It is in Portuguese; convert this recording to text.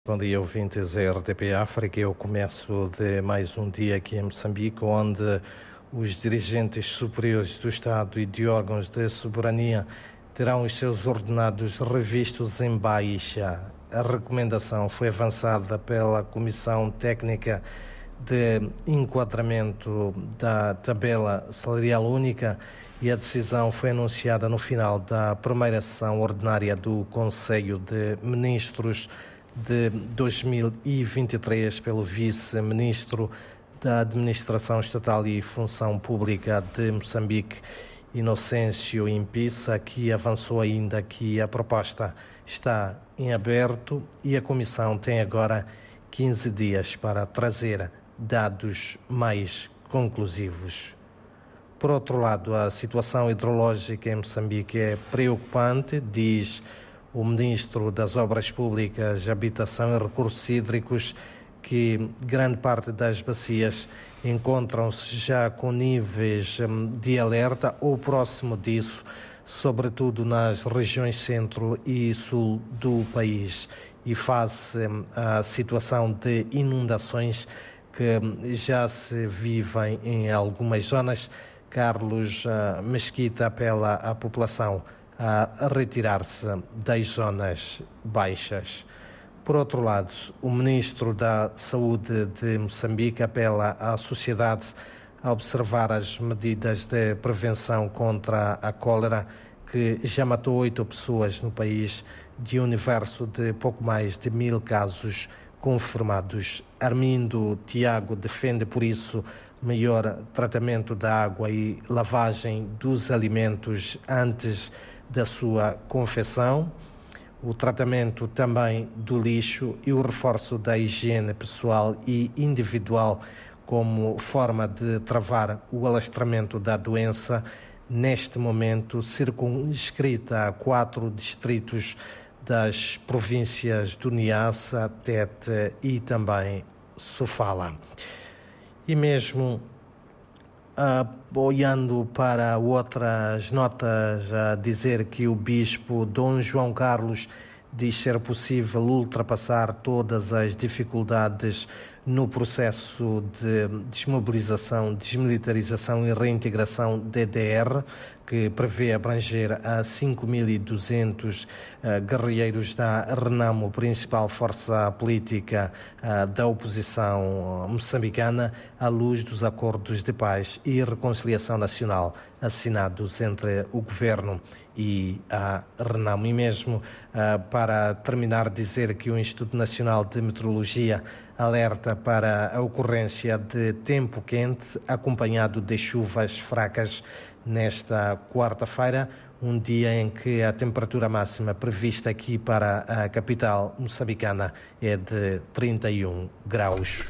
Bom dia, ouvintes da RDP África. Eu começo de mais um dia aqui em Moçambique, onde os dirigentes superiores do Estado e de órgãos de soberania terão os seus ordenados revistos em baixa. A recomendação foi avançada pela Comissão Técnica de Enquadramento da Tabela Salarial Única e a decisão foi anunciada no final da primeira sessão ordinária do Conselho de Ministros de 2023 pelo Vice-Ministro da Administração Estatal e Função Pública de Moçambique, Inocêncio Impissa, que avançou ainda que a proposta está em aberto e a Comissão tem agora 15 dias para trazer dados mais conclusivos. Por outro lado, a situação hidrológica em Moçambique é preocupante, diz o Ministro das Obras Públicas, Habitação e Recursos Hídricos, que grande parte das bacias encontram-se já com níveis de alerta ou próximo disso, sobretudo nas regiões centro e sul do país. E face à situação de inundações que já se vivem em algumas zonas, Carlos Mesquita apela à população a retirar-se das zonas baixas. Por outro lado, o Ministro da Saúde de Moçambique apela à sociedade a observar as medidas de prevenção contra a cólera, que já matou 8 pessoas no país, de um universo de pouco mais de 1000 casos confirmados. Armindo Tiago defende, por isso, melhor tratamento da água e lavagem dos alimentos antes da sua confecção, o tratamento também do lixo e o reforço da higiene pessoal e individual como forma de travar o alastramento da doença, neste momento circunscrita a 4 distritos das províncias do Niassa, Tete e também Sofala. E mesmo olhando para outras notas, a dizer que o bispo Dom João Carlos diz ser possível ultrapassar todas as dificuldades no processo de desmobilização, desmilitarização e reintegração DDR, que prevê abranger a 5.200 guerrilheiros da RENAMO, principal força política da oposição moçambicana, à luz dos acordos de paz e reconciliação nacional assinados entre o governo e a RENAMO. E mesmo para terminar, dizer que o Instituto Nacional de Meteorologia alerta para a ocorrência de tempo quente acompanhado de chuvas fracas nesta quarta-feira, um dia em que a temperatura máxima prevista aqui para a capital moçambicana é de 31 graus.